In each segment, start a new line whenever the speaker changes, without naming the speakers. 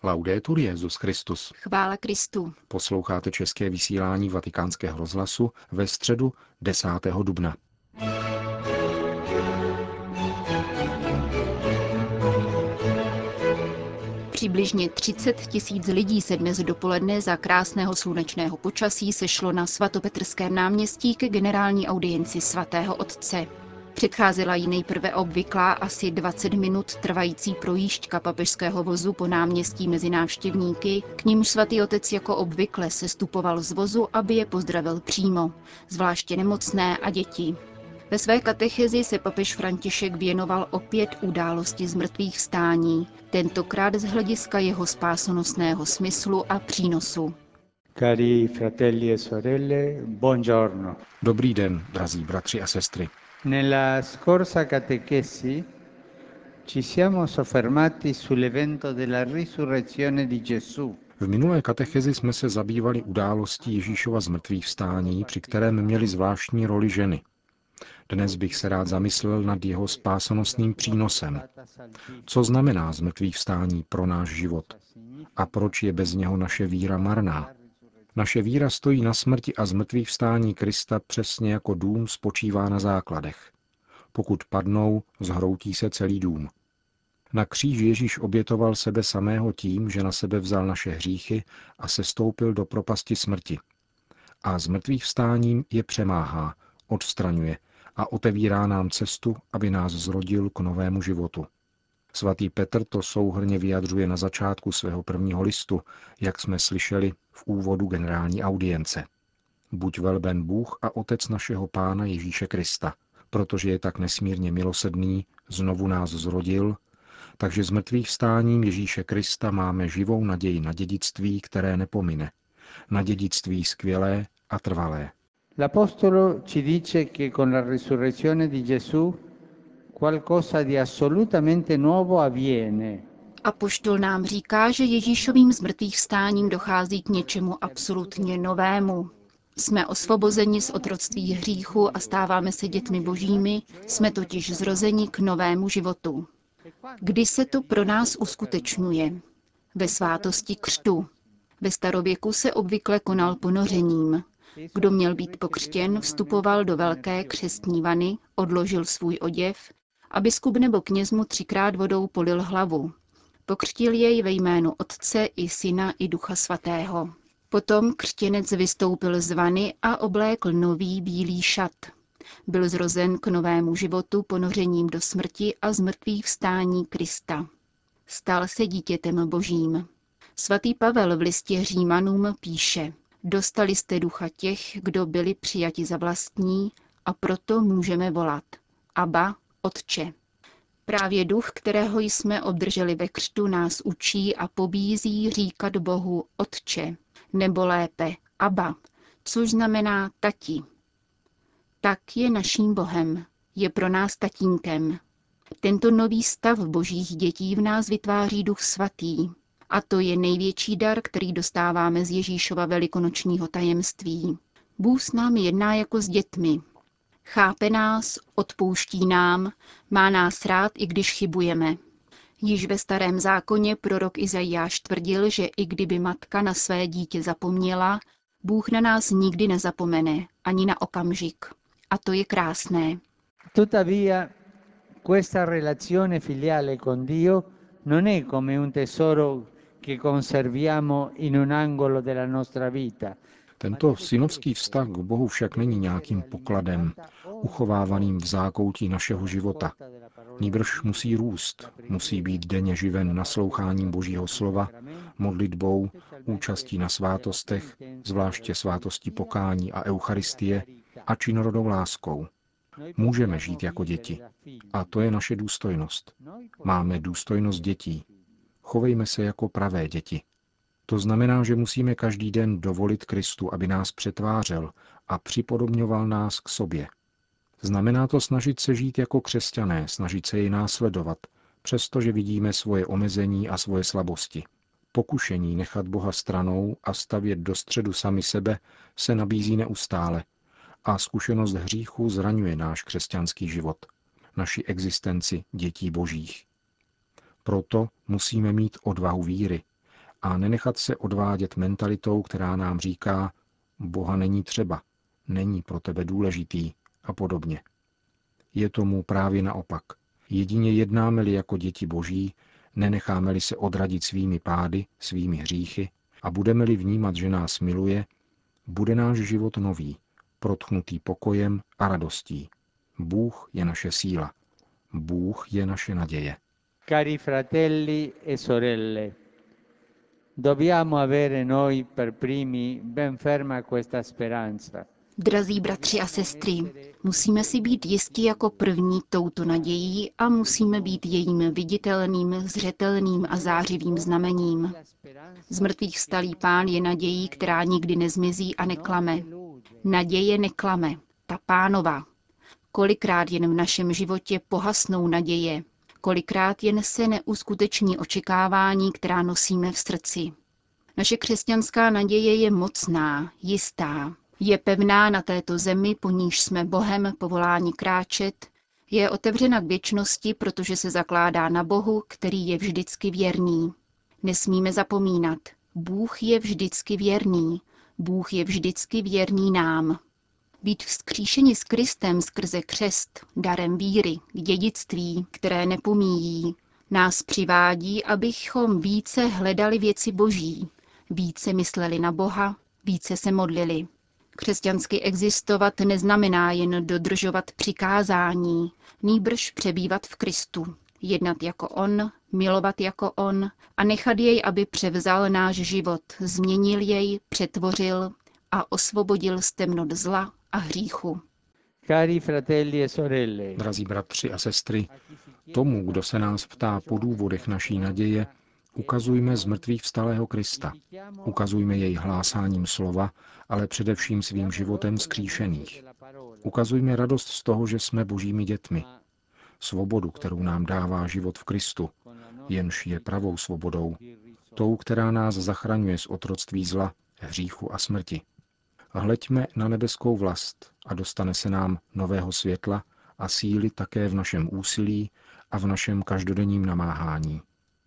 Laudetur Jesus Christus.
Chvála Kristu.
Posloucháte české vysílání Vatikánského rozhlasu ve středu 10. dubna.
Přibližně 30 000 lidí se dnes dopoledne za krásného slunečného počasí sešlo na svatopetrském náměstí ke generální audienci svatého otce. Předcházela jí nejprve obvyklá asi 20 minut trvající projížďka papežského vozu po náměstí mezi návštěvníky, k nímž svatý otec jako obvykle sestupoval z vozu, aby je pozdravil přímo, zvláště nemocné a děti. Ve své katechezi se papež František věnoval opět události zmrtvých vstání, tentokrát z hlediska jeho spásonosného smyslu a přínosu.
Cari fratelli e sorelle, buongiorno.
Dobrý den, drazí bratři a sestry.
Nella scorsa catechesi ci siamo soffermati sull'evento della risurrezione di Gesù.
V minulé katechezi jsme se zabývali událostí Ježíšova zmrtvých vstání, při kterém měly zvláštní roli ženy. Dnes bych se rád zamyslel nad jeho spásonosným přínosem. Co znamená zmrtvých vstání pro náš život? A proč je bez něho naše víra marná? Naše víra stojí na smrti a zmrtvých vstání Krista přesně jako dům spočívá na základech. Pokud padnou, zhroutí se celý dům. Na kříži Ježíš obětoval sebe samého tím, že na sebe vzal naše hříchy a sestoupil do propasti smrti. A zmrtvých vstáním je přemáhá, odstraňuje a otevírá nám cestu, aby nás zrodil k novému životu. Svatý Petr to souhrnně vyjadřuje na začátku svého prvního listu, jak jsme slyšeli v úvodu generální audience. Buď velben Bůh a Otec našeho Pána Ježíše Krista, protože je tak nesmírně milosrdný, znovu nás zrodil, takže s mrtvých vstáním Ježíše Krista máme živou naději na dědictví, které nepomine, na dědictví skvělé a trvalé.
L'Apostolo ci dice che con la risurrezione di Gesù qualcosa di assolutamente nuovo avviene.
Apoštol nám říká, že Ježíšovým zmrtvých vstáním dochází k něčemu absolutně novému. Jsme osvobozeni z otroctví hříchu a stáváme se dětmi božími, jsme totiž zrozeni k novému životu. Kdy se to pro nás uskutečňuje? Ve svátosti křtu. Ve starověku se obvykle konal ponořením. Kdo měl být pokřtěn, vstupoval do velké křestní vany, odložil svůj oděv a biskup nebo kněz mu 3krát vodou polil hlavu. Pokřtil jej ve jménu Otce i Syna i Ducha Svatého. Potom křtěnec vystoupil z vany a oblékl nový bílý šat. Byl zrozen k novému životu ponořením do smrti a zmrtvých vstání Krista. Stal se dítětem božím. Svatý Pavel v listě Římanům píše: Dostali jste ducha těch, kdo byli přijati za vlastní, a proto můžeme volat: Abba, Otče. Právě duch, kterého jsme obdrželi ve křtu, nás učí a pobízí říkat Bohu Otče, nebo lépe Abba, což znamená tati. Tak je naším Bohem, je pro nás tatínkem. Tento nový stav božích dětí v nás vytváří Duch Svatý. A to je největší dar, který dostáváme z Ježíšova velikonočního tajemství. Bůh s námi jedná jako s dětmi. Chápe nás, odpouští nám, má nás rád, i když chybujeme. Již ve Starém zákoně prorok Izajáš tvrdil, že i kdyby matka na své dítě zapomněla, Bůh na nás nikdy nezapomene, ani na okamžik. A to je krásné.
Tuttavia, questa relazione filiale con Dio non è come un tesoro che conserviamo in un angolo della nostra vita.
Tento synovský vztah k Bohu však není nějakým pokladem, uchovávaným v zákoutí našeho života. Nýbrž musí růst, musí být denně živen nasloucháním Božího slova, modlitbou, účastí na svátostech, zvláště svátosti pokání a eucharistie, a činorodou láskou. Můžeme žít jako děti. A to je naše důstojnost. Máme důstojnost dětí. Chovejme se jako pravé děti. To znamená, že musíme každý den dovolit Kristu, aby nás přetvářel a připodobňoval nás k sobě. Znamená to snažit se žít jako křesťané, snažit se jej následovat, přestože vidíme svoje omezení a svoje slabosti. Pokušení nechat Boha stranou a stavět do středu sami sebe se nabízí neustále a zkušenost hříchu zraňuje náš křesťanský život, naši existenci dětí božích. Proto musíme mít odvahu víry, a nenechat se odvádět mentalitou, která nám říká, Boha není třeba, není pro tebe důležitý a podobně. Je tomu právě naopak. Jedině jednáme-li jako děti Boží, nenecháme-li se odradit svými pády, svými hříchy a budeme-li vnímat, že nás miluje, bude náš život nový, protchnutý pokojem a radostí. Bůh je naše síla. Bůh je naše naděje.
Cari fratelli e sorelle, dobbiamo avere noi per primi ben ferma questa speranza.
Drazí bratři a sestry, musíme si být jistí jako první touto nadějí a musíme být jejím viditelným, zřetelným a zářivým znamením. Zmrtvých vstalý Pán je nadějí, která nikdy nezmizí a neklame. Naděje neklame, ta Pánova. Kolikrát jen v našem životě pohasnou naděje, kolikrát jen se neuskuteční očekávání, která nosíme v srdci. Naše křesťanská naděje je mocná, jistá. Je pevná na této zemi, po níž jsme Bohem povoláni kráčet, je otevřena k věčnosti, protože se zakládá na Bohu, který je vždycky věrný. Nesmíme zapomínat, Bůh je vždycky věrný, Bůh je vždycky věrný nám. Být vzkříšeni s Kristem skrze křest, darem víry, k dědictví, které nepomíjí, nás přivádí, abychom více hledali věci Boží, více mysleli na Boha, více se modlili. Křesťansky existovat neznamená jen dodržovat přikázání, nýbrž přebývat v Kristu, jednat jako On, milovat jako On a nechat jej, aby převzal náš život, změnil jej, přetvořil a osvobodil z temnot zla a hříchu.
Cari fratelli e sorelle,
Drazí bratři a sestry, tomu, kdo se nás ptá po důvodech naší naděje, ukazujme zmrtvých vstalého Krista. Ukazujme jej hlásáním slova, ale především svým životem vzkříšených. Ukazujme radost z toho, že jsme Božími dětmi. Svobodu, kterou nám dává život v Kristu, jenž je pravou svobodou, tou, která nás zachraňuje z otroctví zla, hříchu a smrti. Hleďme na nebeskou vlast a dostane se nám nového světla a síly také v našem úsilí a v našem každodenním namáhání.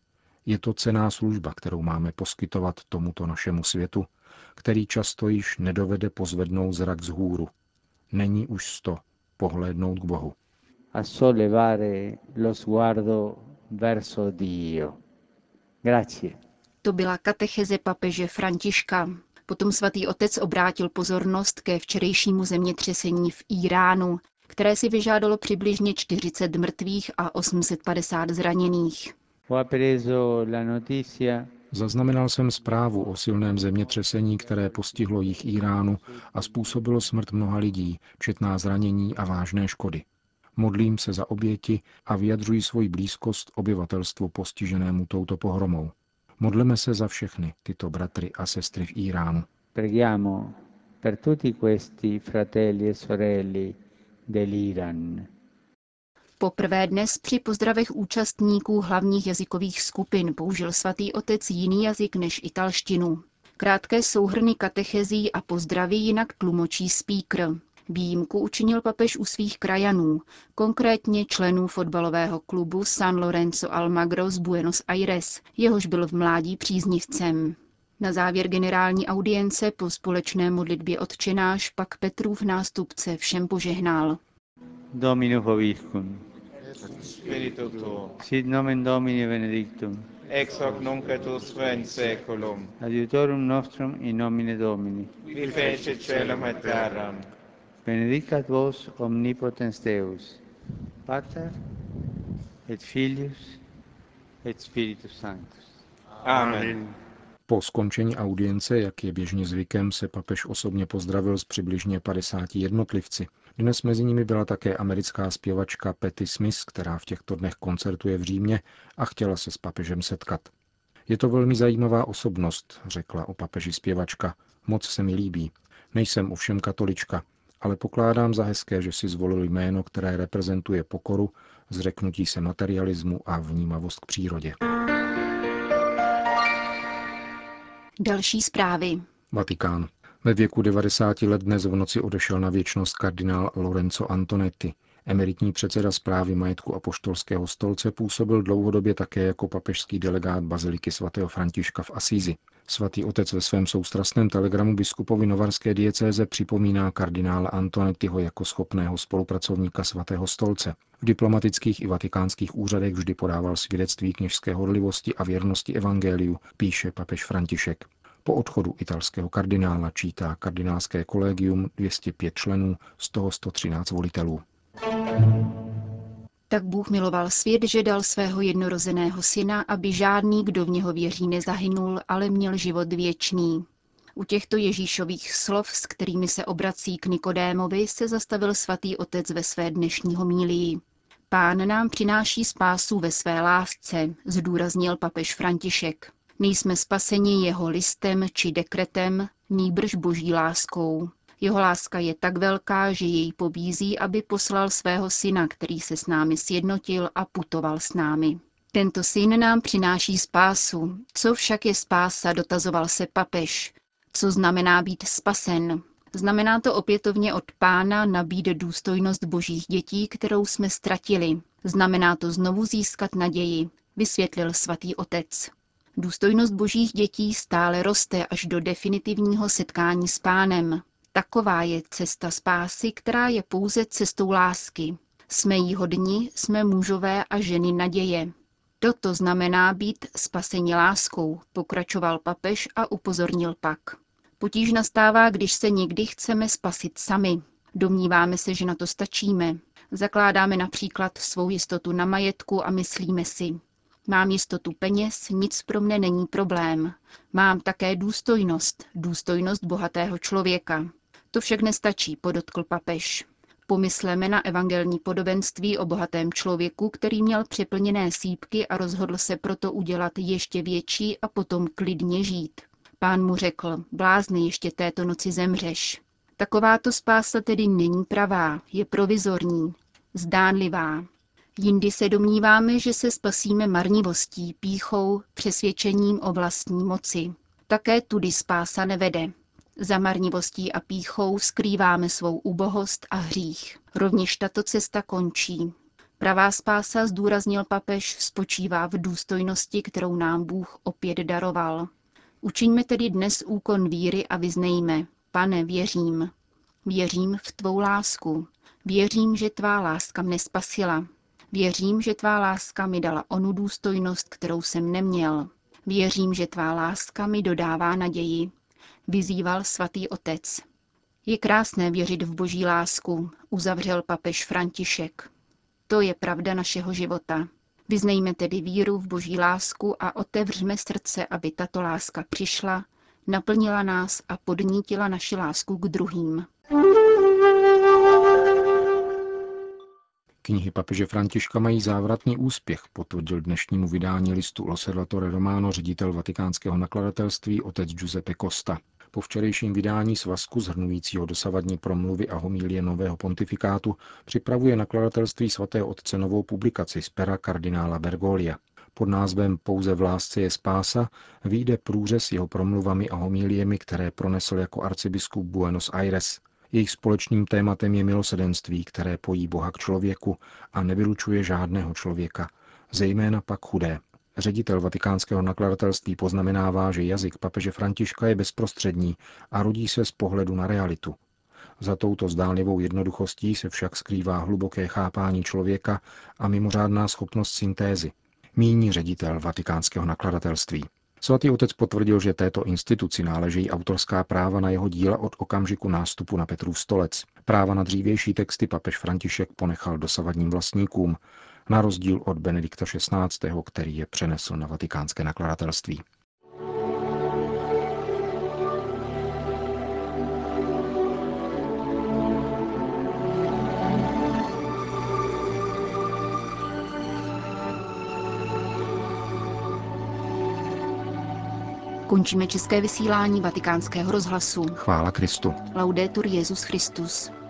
Je to cenná služba, kterou máme poskytovat tomuto našemu světu, který často již nedovede pozvednout zrak vzhůru. Není už 100 pohlédnout k Bohu.
a sollevare lo sguardo verso Dio. Grazie.
To byla katecheze papeže Františka. Potom svatý otec obrátil pozornost ke včerejšímu zemětřesení v Íránu, které si vyžádalo přibližně 40 mrtvých a 850 zraněných.
Ho appreso la notizia
Zaznamenal jsem zprávu o silném zemětřesení, které postihlo jih Íránu a způsobilo smrt mnoha lidí, četná zranění a vážné škody. Modlím se za oběti a vyjadřuji svoji blízkost obyvatelstvu postiženému touto pohromou. Modleme se za všechny tyto bratry a sestry v Íránu.
preghiamo per tutti questi fratelli e sorelle dell'Iran.
Poprvé dnes při pozdravech účastníků hlavních jazykových skupin použil svatý otec jiný jazyk než italštinu. Krátké souhrny katechezí a pozdravy jinak tlumočí speaker. Výjimku učinil papež u svých krajanů, konkrétně členů fotbalového klubu San Lorenzo Almagro z Buenos Aires, jehož byl v mládí příznivcem. Na závěr generální audience po společné modlitbě Otčenáš pak Petrův nástupce všem požehnal.
Dominus vobiscum.
Spiritu tuo,
Sit nomen Domini benedictum.
ex hoc nunc et usque in saeculum,
Adiutorum nostrum in nomine Domini.
qui fece caelum et terram.
Benedicat vos omnipotens Deus, Pater et Filius et Spiritus Sanctus.
Amen.
Po skončení audience, jak je běžně zvykem, se papež osobně pozdravil s přibližně 50 jednotlivci. Dnes mezi nimi byla také americká zpěvačka Patti Smith, která v těchto dnech koncertuje v Římě a chtěla se s papežem setkat. Je to velmi zajímavá osobnost, řekla o papeži zpěvačka. Moc se mi líbí. Nejsem ovšem katolička, ale pokládám za hezké, že si zvolil jméno, které reprezentuje pokoru, zřeknutí se materialismu a vnímavost k přírodě.
Další zprávy.
Vatikán. Ve věku 90 let dnes v noci odešel na věčnost kardinál Lorenzo Antonetti, Emeritní předseda správy majetku Apoštolského stolce působil dlouhodobě také jako papežský delegát baziliky svatého Františka v Asízi. Svatý otec ve svém soustrastném telegramu biskupovi novarské diecéze připomíná kardinála Antoinettiho jako schopného spolupracovníka svatého stolce. V diplomatických i vatikánských úřadech vždy podával svědectví kněžské horlivosti a věrnosti evangeliu, píše papež František. Po odchodu italského kardinála čítá kardinálské kolegium 205 členů, z toho 113 volitelů.
Tak Bůh miloval svět, že dal svého jednorozeného syna, aby žádný, kdo v něho věří, nezahynul, ale měl život věčný. U těchto Ježíšových slov, s kterými se obrací k Nikodémovi, se zastavil svatý otec ve své dnešní homílii. Pán nám přináší spásu ve své lásce, zdůraznil papež František. Nejsme spaseni jeho listem či dekretem, nýbrž boží láskou. Jeho láska je tak velká, že jej pobízí, aby poslal svého syna, který se s námi sjednotil a putoval s námi. Tento syn nám přináší spásu. Co však je spása, dotazoval se papež. Co znamená být spasen? Znamená to opětovně od Pána nabít důstojnost božích dětí, kterou jsme ztratili. Znamená to znovu získat naději, vysvětlil svatý otec. Důstojnost božích dětí stále roste až do definitivního setkání s Pánem. Taková je cesta spásy, která je pouze cestou lásky. Jsme jí hodni, jsme mužové a ženy naděje. Toto znamená být spaseni láskou, pokračoval papež a upozornil pak. Potíž nastává, když se někdy chceme spasit sami. Domníváme se, že na to stačíme. Zakládáme například svou jistotu na majetku a myslíme si, mám jistotu peněz, nic pro mne není problém. Mám také důstojnost bohatého člověka. To však nestačí, podotkl papež. Pomysleme na evangelní podobenství o bohatém člověku, který měl přeplněné sýpky a rozhodl se proto udělat ještě větší a potom klidně žít. Pán mu řekl, blázni, ještě této noci zemřeš. Takováto spása tedy není pravá, je provizorní, zdánlivá. Jindy se domníváme, že se spasíme marnivostí, pýchou, přesvědčením o vlastní moci. Také tudy spása nevede. Za marnivostí a pýchou skrýváme svou ubohost a hřích. Rovněž tato cesta končí. Pravá spása, zdůraznil papež, spočívá v důstojnosti, kterou nám Bůh opět daroval. Učiňme tedy dnes úkon víry a vyznejme, Pane, věřím. Věřím v tvou lásku. Věřím, že tvá láska mne spasila. Věřím, že tvá láska mi dala onu důstojnost, kterou jsem neměl. Věřím, že tvá láska mi dodává naději. Vyzýval svatý otec. Je krásné věřit v boží lásku, uzavřel papež František. To je pravda našeho života. Vyznejme tedy víru v boží lásku a otevřme srdce, aby tato láska přišla, naplnila nás a podnítila naši lásku k druhým.
Knihy papeže Františka mají závratný úspěch, potvrdil dnešnímu vydání listu L'Osservatore Romano ředitel vatikánského nakladatelství otec Giuseppe Costa. Po včerejším vydání svazku shrnujícího dosavadní promluvy a homilie nového pontifikátu připravuje nakladatelství svatého otce novou publikaci z pera kardinála Bergoglio. Pod názvem Pouze v lásce je spása vyjde průřez jeho promluvami a homiliemi, které pronesl jako arcibiskup Buenos Aires. Jejich společným tématem je milosrdenství, které pojí Boha k člověku a nevylučuje žádného člověka, zejména pak chudé. Ředitel vatikánského nakladatelství poznamenává, že jazyk papeže Františka je bezprostřední a rodí se z pohledu na realitu. Za touto zdánlivou jednoduchostí se však skrývá hluboké chápání člověka a mimořádná schopnost syntézy, míní ředitel vatikánského nakladatelství. Svatý otec potvrdil, že této instituci náležejí autorská práva na jeho díla od okamžiku nástupu na Petrův stolec. Práva na dřívější texty papež František ponechal dosavadním vlastníkům, na rozdíl od Benedikta XVI., který je přenesl na vatikánské nakladatelství.
Končíme české vysílání Vatikánského rozhlasu.
Chvála Kristu.
Laudetur Jesus Christus.